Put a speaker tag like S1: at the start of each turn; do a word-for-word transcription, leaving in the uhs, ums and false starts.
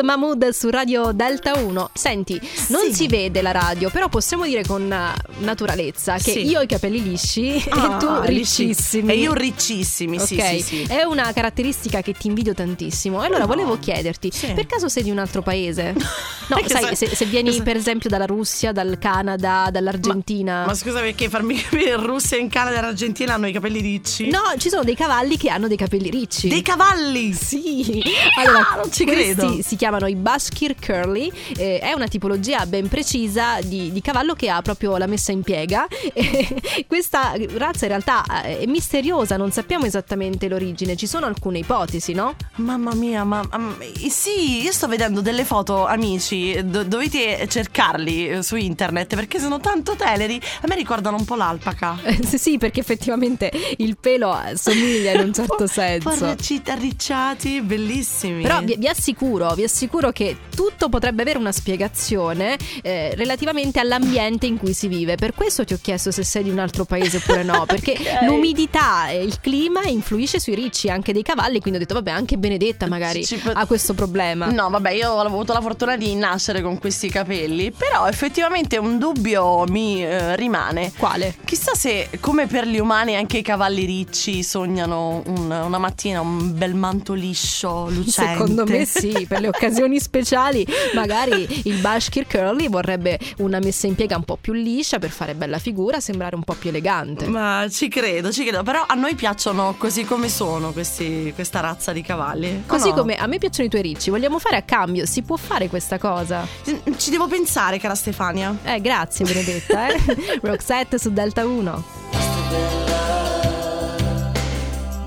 S1: Mahmood su Radio Delta uno. Senti, non
S2: Sì.
S1: si vede la radio, però possiamo dire con naturalezza che
S2: Sì.
S1: io ho i capelli lisci
S2: Ah,
S1: e tu
S2: lisci.
S1: riccissimi.
S2: E io riccissimi, sì,
S1: Ok,
S2: sì, sì.
S1: è una caratteristica che ti invidio tantissimo. E allora
S2: No.
S1: volevo chiederti,
S2: Sì.
S1: per caso sei di un altro paese? No,
S2: Perché
S1: sai,
S2: se-
S1: se, se vieni
S2: se-
S1: per esempio dalla Russia, dal Canada, dall'Argentina.
S2: Ma scusa, perché farmi capire in Russia, in Canada e in Argentina hanno i capelli ricci?
S1: No, ci sono dei cavalli che hanno dei capelli ricci.
S2: Dei cavalli!
S1: Sì, allora
S2: Ah, non ci
S1: questi
S2: credo.
S1: si chiamano i Bashkir Curly, eh, è una tipologia ben precisa di, di cavallo che ha proprio la messa in piega. E questa razza in realtà è misteriosa, non sappiamo esattamente l'origine, ci sono alcune ipotesi, no?
S2: Mamma mia, ma, ma- sì, io sto vedendo delle foto, amici, do- dovete cercarli eh, su internet perché sono tanto teneri. A me ricordano un po' l'alpaca.
S1: Eh, sì, sì, perché effettivamente il pelo somiglia in un certo senso.
S2: Porracci arricciati, bellissimi.
S1: Però vi, vi assicuro, vi assicuro che tutto potrebbe avere una spiegazione eh, relativamente all'ambiente in cui si vive. Per questo ti ho chiesto se sei di un altro paese oppure no, perché
S2: Ok.
S1: l'umidità e il clima influisce sui ricci anche dei cavalli, quindi ho detto vabbè, anche Benedetta magari
S2: Ci pot-
S1: ha questo problema.
S2: No, vabbè, io ho avuto la fortuna di nascere con questi capelli, però effettivamente un dubbio mi eh, rimane.
S1: Quale?
S2: Chissà se, come per gli umani, anche i cavalli ricci sognano un- una mattina un bel manto liscio, lucente.
S1: Secondo me sì, per le occasioni speciali magari il Bashkir Curly vorrebbe una messa in piega un po' più liscia per fare bella figura, sembrare un po' più elegante.
S2: Ma ci credo, ci credo. Però a noi piacciono così come sono questi, questa razza di cavalli.
S1: Così
S2: O no?
S1: come a me piacciono i tuoi ricci, vogliamo fare a cambio, si può fare questa cosa?
S2: Ci devo pensare, cara Stefania.
S1: Eh, grazie Benedetta, eh. Roxette su Delta uno.
S3: Basta della